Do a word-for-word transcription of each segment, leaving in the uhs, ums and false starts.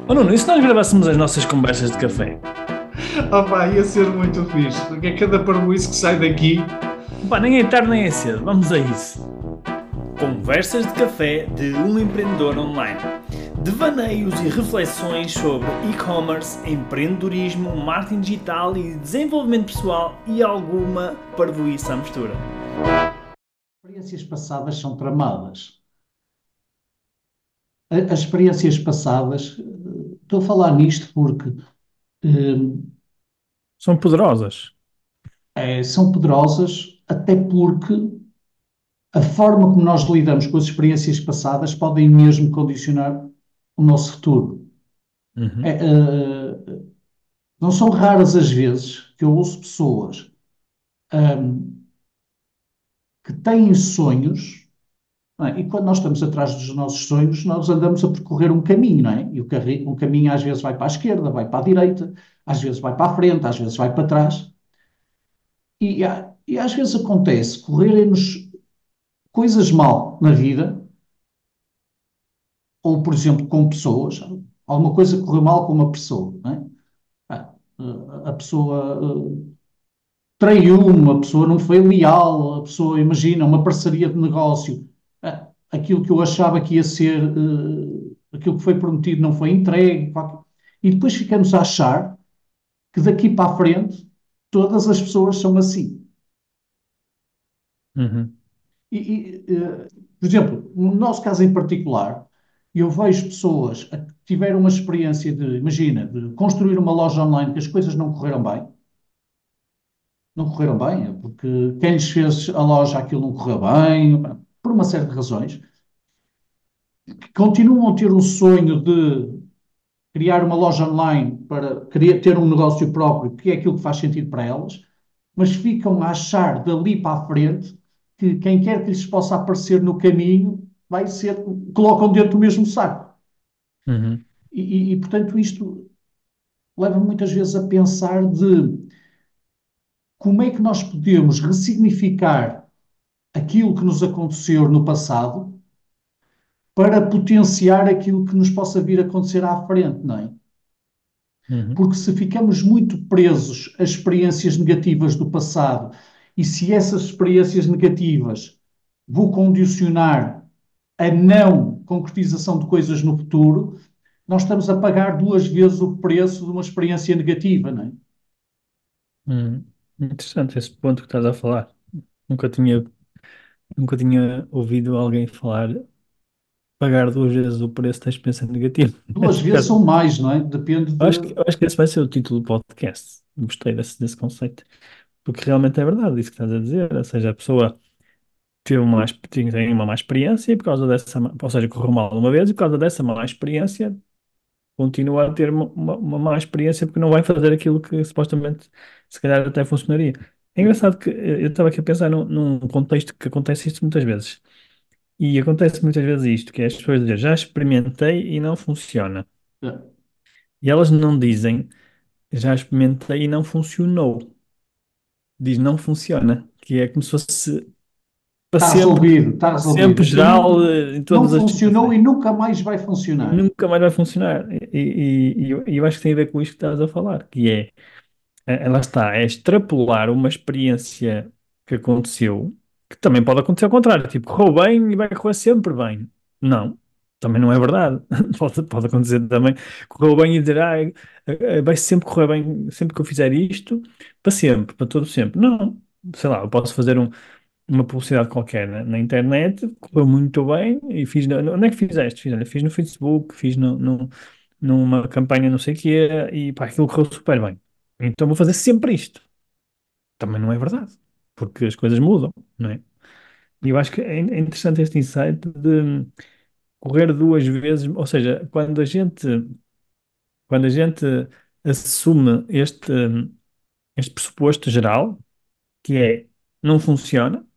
Oh Nuno, e se nós gravássemos as nossas conversas de café? Opa, ia ser muito fixe, porque é cada parboice que sai daqui. Pá, nem é tarde nem é cedo, vamos a isso. Conversas de café de um empreendedor online. Devaneios e reflexões sobre e-commerce, empreendedorismo, marketing digital e desenvolvimento pessoal e alguma parvoíce à mistura. Experiências passadas são tramadas. A- As experiências passadas, eh, estou a falar nisto porque eh, São poderosas. eh, são poderosas, até porque a forma como nós lidamos com as experiências passadas podem mesmo condicionar o nosso futuro. Uhum. Eh, eh, não são raras as vezes que eu ouço pessoas ahm, que têm sonhos. Não é? E quando nós estamos atrás dos nossos sonhos, nós andamos a percorrer um caminho, não é? E o, carri- o caminho às vezes vai para a esquerda, vai para a direita, às vezes vai para a frente, às vezes vai para trás. E, há- e às vezes acontece correrem-nos coisas mal na vida, ou por exemplo com pessoas, alguma coisa correu mal com uma pessoa, não é? Ah, a pessoa eh, traiu-me, a pessoa não foi leal, a pessoa, imagina, uma parceria de negócio, ah, aquilo que eu achava que ia ser, eh, aquilo que foi prometido não foi entregue, qualquer- e depois ficamos a achar que daqui para a frente todas as pessoas são assim. Uhum. E, e, eh, por exemplo, no nosso caso em particular, eu vejo pessoas a- que tiveram uma experiência de, imagina, de construir uma loja online que as coisas não correram bem, não correram bem, é porque quem lhes fez a loja aquilo não correu bem, por uma série de razões, que continuam a ter o sonho de criar uma loja online para querer ter um negócio próprio, que é aquilo que faz sentido para elas, mas ficam a achar dali para a frente que quem quer que lhes possa aparecer no caminho vai ser, colocam dentro do mesmo saco. Uhum. E, e, e portanto, isto leva muitas vezes a pensar de como é que nós podemos ressignificar aquilo que nos aconteceu no passado para potenciar aquilo que nos possa vir a acontecer à frente, não é? Uhum. Porque se ficamos muito presos às experiências negativas do passado e se essas experiências negativas vão condicionar a não concretização de coisas no futuro, nós estamos a pagar duas vezes o preço de uma experiência negativa, não é? Uhum. Interessante esse ponto que estás a falar. Nunca tinha, nunca tinha ouvido alguém falar pagar duas vezes o preço da experiência negativa. Duas Nesse vezes caso, ou mais, não é? Depende eu acho que, de. eu acho que esse vai ser o título do podcast. Gostei desse, desse conceito. Porque realmente é verdade isso que estás a dizer. Ou seja, a pessoa teve uma, ex- tem tem uma má experiência e por causa dessa, má- ou seja, correu mal uma vez e por causa dessa má experiência continua a ter uma, uma, uma má experiência porque não vai fazer aquilo que supostamente se calhar até funcionaria. É engraçado que eh, eu estava aqui a pensar num, num contexto que acontece isto muitas vezes. E acontece muitas vezes isto, que é as pessoas dizem, já experimentei e não funciona. E elas não dizem, já experimentei e não funcionou. Diz não funciona, que é como se fosse para Está sempre, resolvido, está para resolvido. sempre Aquilo geral, não, eh, em não todas as funcionou situações. e nunca mais vai E funcionar. nunca mais vai funcionar. E, e, e eu, e eu acho que tem a ver com isto que estás a falar, que é, eh, ela está, é extrapolar uma experiência que aconteceu, que também pode acontecer ao contrário, tipo, correu bem e vai correr sempre bem. Não, também não é verdade. Pode, pode acontecer também, correu bem e dizer, ah, eh, eh, vai sempre correr bem, sempre que eu fizer isto, para sempre, para todo sempre. Não, sei lá, eu posso fazer um uma publicidade qualquer na, na internet, correu muito bem e fiz. No, onde é que fizeste? Fiz, olha, fiz no Facebook, fiz no, no- numa campanha não sei o quê e pá, aquilo correu super bem. Então vou fazer sempre isto. Também não é verdade, porque as coisas mudam, não é? E eu acho que é é interessante este insight de correr duas vezes, ou seja, quando a gente, quando a gente assume este, este pressuposto geral, que é não funciona,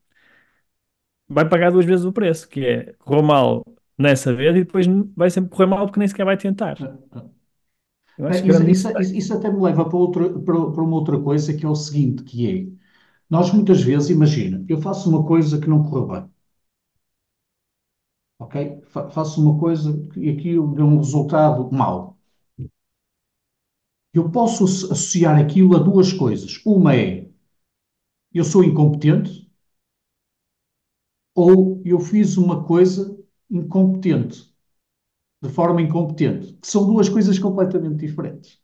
vai pagar duas vezes o preço, que é correu mal nessa vez e depois vai sempre correr mal porque nem sequer vai tentar. Eu acho Eh, que Isso, grande isso, insight. isso- isso até me leva para, outra, para, para uma outra coisa que é o seguinte, que é, nós muitas vezes, imagina, eu faço uma coisa que não correu bem, ok? Fa- faço uma coisa que- e aqui deu um resultado mau. Eu posso asso- associar aquilo a duas coisas. Uma é, eu sou incompetente ou eu fiz uma coisa incompetente, de forma incompetente, que são duas coisas completamente diferentes.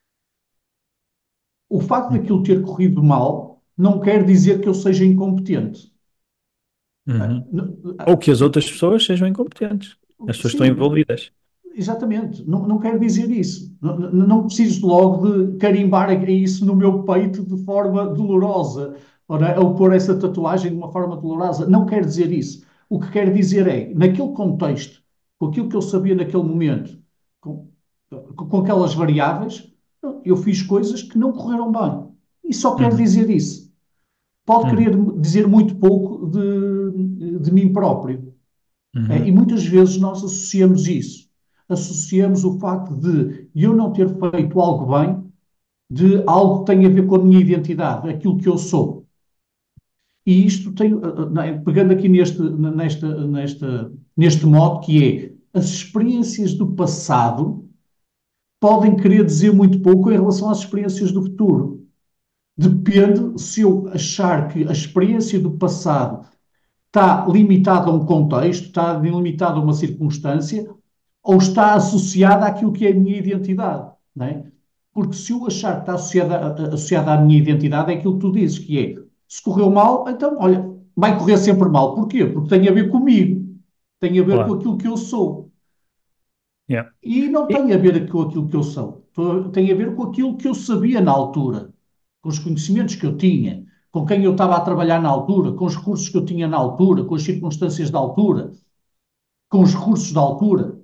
O facto daquilo ter corrido mal não quer dizer que eu seja incompetente. Ah, Uhum. n- Ou ah, que as outras pessoas sejam incompetentes. As pessoas estão Sim, envolvidas. exatamente. Não, não quero dizer isso. Não, não não preciso logo de carimbar isso no meu peito de forma dolorosa, ou, né, ou pôr essa tatuagem de uma forma dolorosa. Não quero dizer isso. O que quero dizer é, naquele contexto, com aquilo que eu sabia naquele momento, com, com aquelas variáveis, eu fiz coisas que não correram bem. E só quero Uhum. dizer isso. Pode Uhum. querer dizer muito pouco de, de mim próprio. É, e Uhum. muitas vezes nós associamos isso. Associamos o facto de eu não ter feito algo bem, de algo que tem a ver com a minha identidade, aquilo que eu sou. E isto tem, eh, eh, pegando aqui neste, nesta, nesta, neste modo, que é as experiências do passado podem querer dizer muito pouco em relação às experiências do futuro. Depende se eu achar que a experiência do passado está limitada a um contexto, está limitada a uma circunstância, ou está associada àquilo que é a minha identidade, não é? Porque se eu achar que está associada, associada à minha identidade, é aquilo que tu dizes, que é, se correu mal, então, olha, vai correr sempre mal. Porquê? Porque tem a ver comigo, tem a ver com Claro. aquilo que eu sou. Yeah. E não E- tem a ver com aquilo que eu sou, tem a ver com aquilo que eu sabia na altura, com os conhecimentos que eu tinha, com quem eu estava a trabalhar na altura, com os recursos que eu tinha na altura, com as circunstâncias da altura, com os recursos da altura.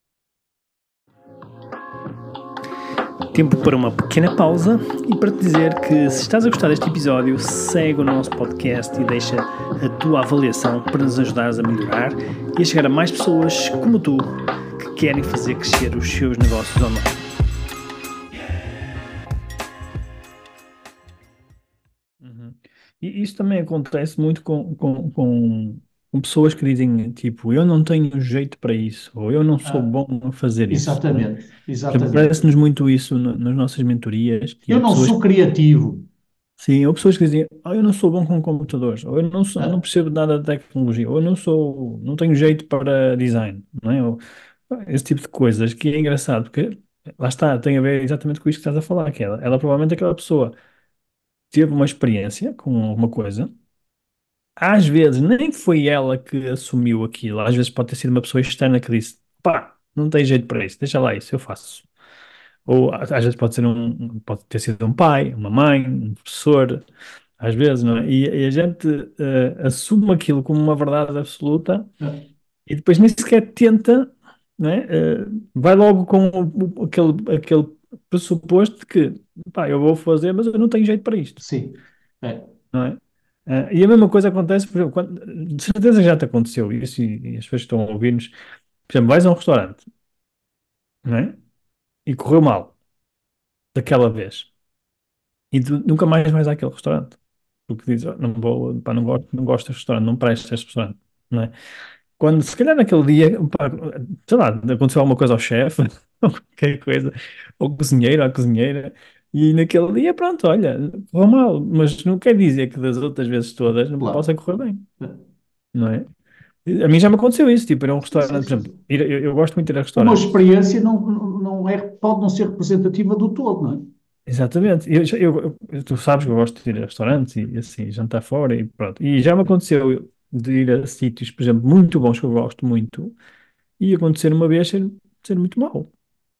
Tempo para uma pequena pausa e para te dizer que se estás a gostar deste episódio, segue o nosso podcast e deixa a tua avaliação para nos ajudares a melhorar e a chegar a mais pessoas como tu que querem fazer crescer os seus negócios online. Uhum. E isso também acontece muito com, com, com, com pessoas que dizem tipo, eu não tenho jeito para isso, ou eu não sou Ah, bom a fazer isso, né? exatamente, Por exemplo, exatamente. parece-nos muito isso no- nas nossas mentorias, que Eu é não pessoas. sou criativo. Sim, ou pessoas que dizem, ah, eu não sou bom com computadores, ou eu não sou, não Ah, percebo nada de tecnologia, ou eu não sou, não tenho jeito para design, não é? Ou, pá, esse tipo de coisas que é engraçado, porque lá está, tem a ver exatamente com isto que estás a falar, que ela, ela provavelmente aquela pessoa teve uma experiência com alguma coisa, às vezes nem foi ela que assumiu aquilo, às vezes pode ter sido uma pessoa externa que disse, pá, não tem jeito para isso, deixa lá isso, eu faço. Ou às vezes pode ser um, pode ter sido um pai, uma mãe, um professor, às vezes, não é? E, e a gente eh, assume aquilo como uma verdade absoluta ah, e depois nem sequer tenta, não é? Eh, vai logo com o- o- aquele, aquele pressuposto de que, pá, eu vou fazer, mas eu não tenho jeito para isto, sim. É, não é? Eh, e a mesma coisa acontece, por exemplo, quando, de certeza já te aconteceu isso e, e as pessoas que estão a ouvir-nos, por exemplo, vais a um restaurante, não é? E correu mal daquela vez. E tu nunca mais vais àquele restaurante. Porque dizes, "Oh, não vou, pá, não gosto, não gosto deste restaurante, não presta este restaurante, não é? Quando, se calhar naquele dia, pá, sei lá, aconteceu alguma coisa ao chefe, ou qualquer coisa, ou cozinheiro, ou cozinheira, e naquele dia, pronto, olha, correu mal, mas não quer dizer que das outras vezes todas não possa claro. correr bem, Ah, não é? A mim já me aconteceu isso, tipo, ir a um sim, sim, restaurante, por exemplo, sim. ir, eu, eu gosto muito de ir a Uma restaurantes. experiência não, não não é, pode não ser representativa do todo, não é? Exatamente. Eu, já- eu, eu- tu sabes que eu gosto de ir a restaurantes e assim, jantar fora e pronto. E já me aconteceu de ir a sítios, por exemplo, muito bons que eu gosto muito e acontecer uma vez ser, ser muito mau.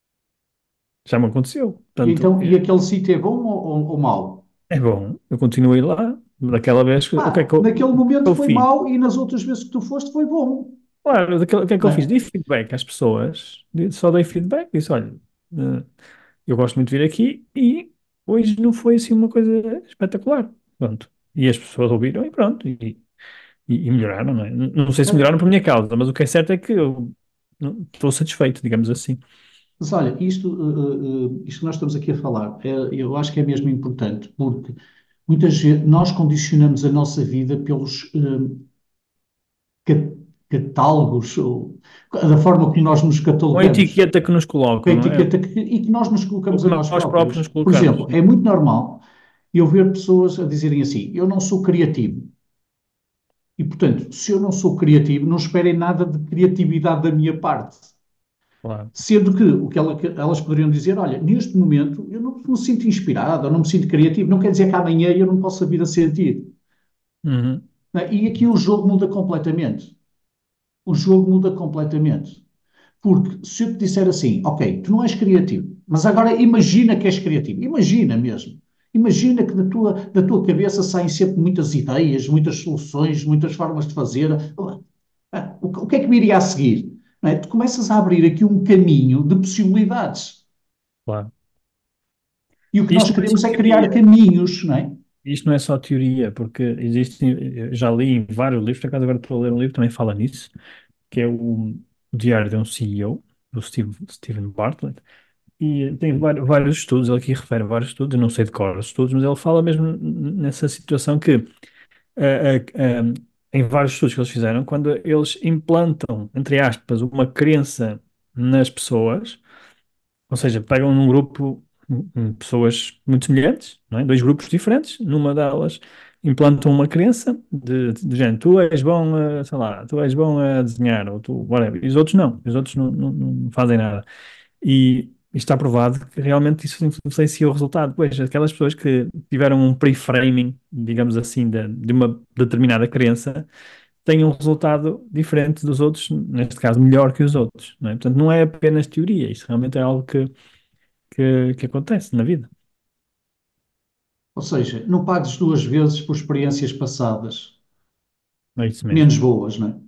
Já me aconteceu. E Portanto, então, e é, aquele sítio é bom ou, ou, ou mau? é bom. Eu continuo a ir lá. Daquela vez, o que é Ah, que eu, naquele o que é que momento eu foi fiz? mau e nas outras vezes que tu foste foi bom, Claro, daquele, o que é que não eu fiz? é? Dei feedback às pessoas. Di- Só dei feedback. Disse, olha, eh, eu gosto muito de vir aqui e hoje não foi assim uma coisa espetacular. Pronto. E as pessoas ouviram e pronto. E, e, e melhoraram, não é? Não não sei se melhoraram por minha causa, mas o que é certo é que eu não- estou satisfeito, digamos assim. Mas olha, isto, eh, eh, isto que nós estamos aqui a falar, é- eu acho que é mesmo importante, porque muitas vezes nós condicionamos a nossa vida pelos, eh, catálogos, ou da forma como nós nos Com a catalogamos, etiqueta que nos com a colocam, não é? etiqueta que, e que nós nos O colocamos que a nós nós próprios nos próprios. Por colocamos. exemplo, é muito normal eu ver pessoas a dizerem assim: eu não sou criativo. E, portanto, se eu não sou criativo, não esperem nada de criatividade da minha parte. Claro. Sendo que o que ela- que elas poderiam dizer, olha, neste momento eu não me sinto inspirado, eu não me sinto criativo, não quer dizer que amanhã eu não possa vir a sentir. Uhum. Não é? E aqui o jogo muda completamente. O jogo muda completamente. Porque se eu te disser assim, ok, tu não és criativo, mas agora imagina que és criativo, imagina mesmo. Imagina que da tua, da tua cabeça saem sempre muitas ideias, muitas soluções, muitas formas de fazer. Ah, O que o que é que me iria a seguir? Não é? Tu começas a abrir aqui um caminho de possibilidades. Claro. E o que nós Isto não é só queremos é criar teoria. caminhos, não é? Isto não é só teoria, porque existem, eu já li em vários livros, por acaso agora estou a ler um livro que também fala nisso, que é o, o Diário de um C E O, do Steve, Steven Bartlett, e tem vários, vários estudos, ele aqui refere a vários estudos, eu não sei de cor os estudos, mas ele fala mesmo n- nessa situação que, ah, ah, ah, em vários estudos que eles fizeram, quando eles implantam, entre aspas, uma crença nas pessoas, ou seja, pegam num grupo hum, hum, pessoas muito semelhantes, não é? Dois grupos diferentes, numa delas implantam uma crença de, de, de género, tu és bom, a, sei lá, tu és bom a desenhar, ou tu, whatever. E os outros não, os outros não, não, não fazem nada. E está provado que realmente isso influencia o resultado. Pois, aquelas pessoas que tiveram um pre-framing, digamos assim, de, de uma determinada crença, têm um resultado diferente dos outros, neste caso melhor que os outros, não é? Portanto, não é apenas teoria, isso realmente é algo que, que, que acontece na vida. Ou seja, não pagues duas vezes por experiências passadas É isso mesmo. menos boas, não é?